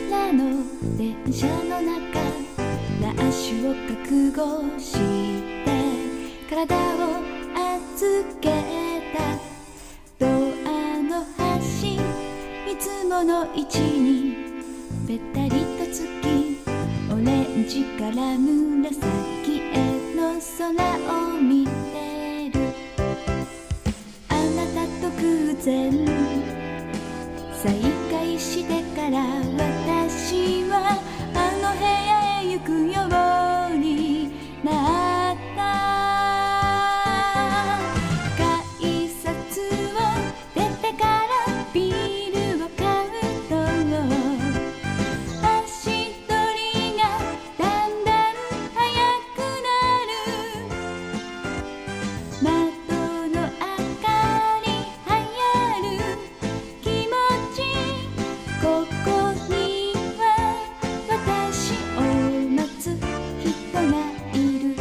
らの電車の中、ラッシュを覚悟して体を預けた。ドアの端、いつもの位置にべったりとつき、オレンジから紫への空を見てる。あなたと偶然再会してから私はあの部屋へ行くようになった。改札を出てからビールを買うと足取りがだんだん速くなる。窓の明かりはやる気持ち、ここには私を待つ人がいる。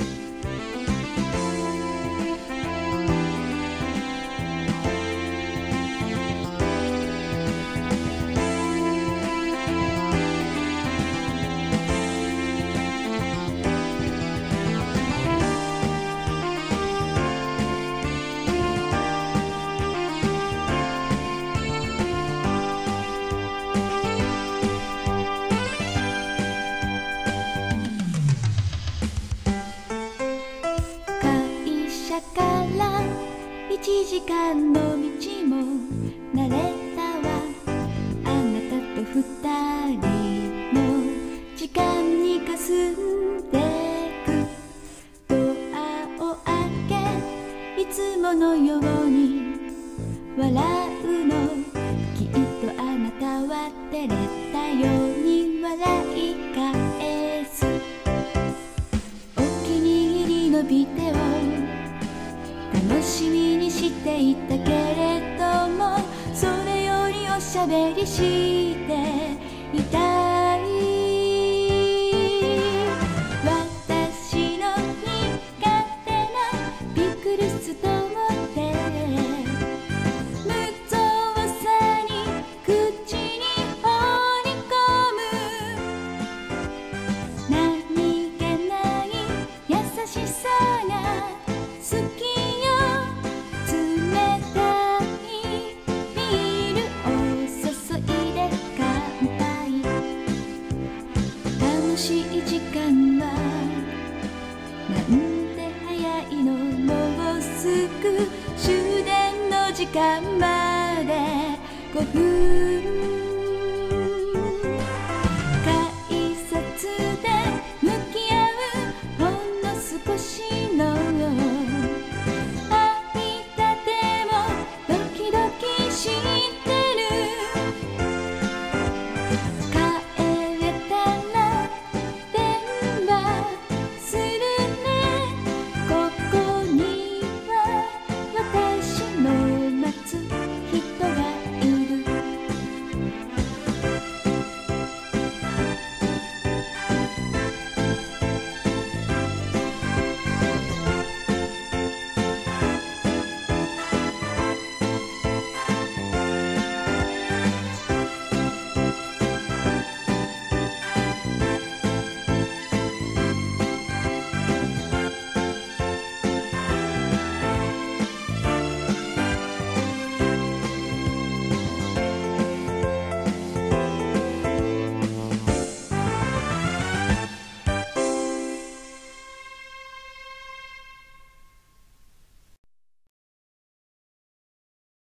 会社から1時間の道も慣れたわ。あなたと2人の時間にかすんでく。ドアを開けいつものように笑うの。きっとあなたは照れたように笑い返す。お気に入りのビデオ楽しみにしていたけれども、それよりおしゃべりしていたい。私の苦手なピクルスと思って無造作に口に放り込む。何気ない優しさが好きよ。冷たいビールを注いで乾杯。楽しい時間はなんて早いの。もうすぐ終電の時間まで5分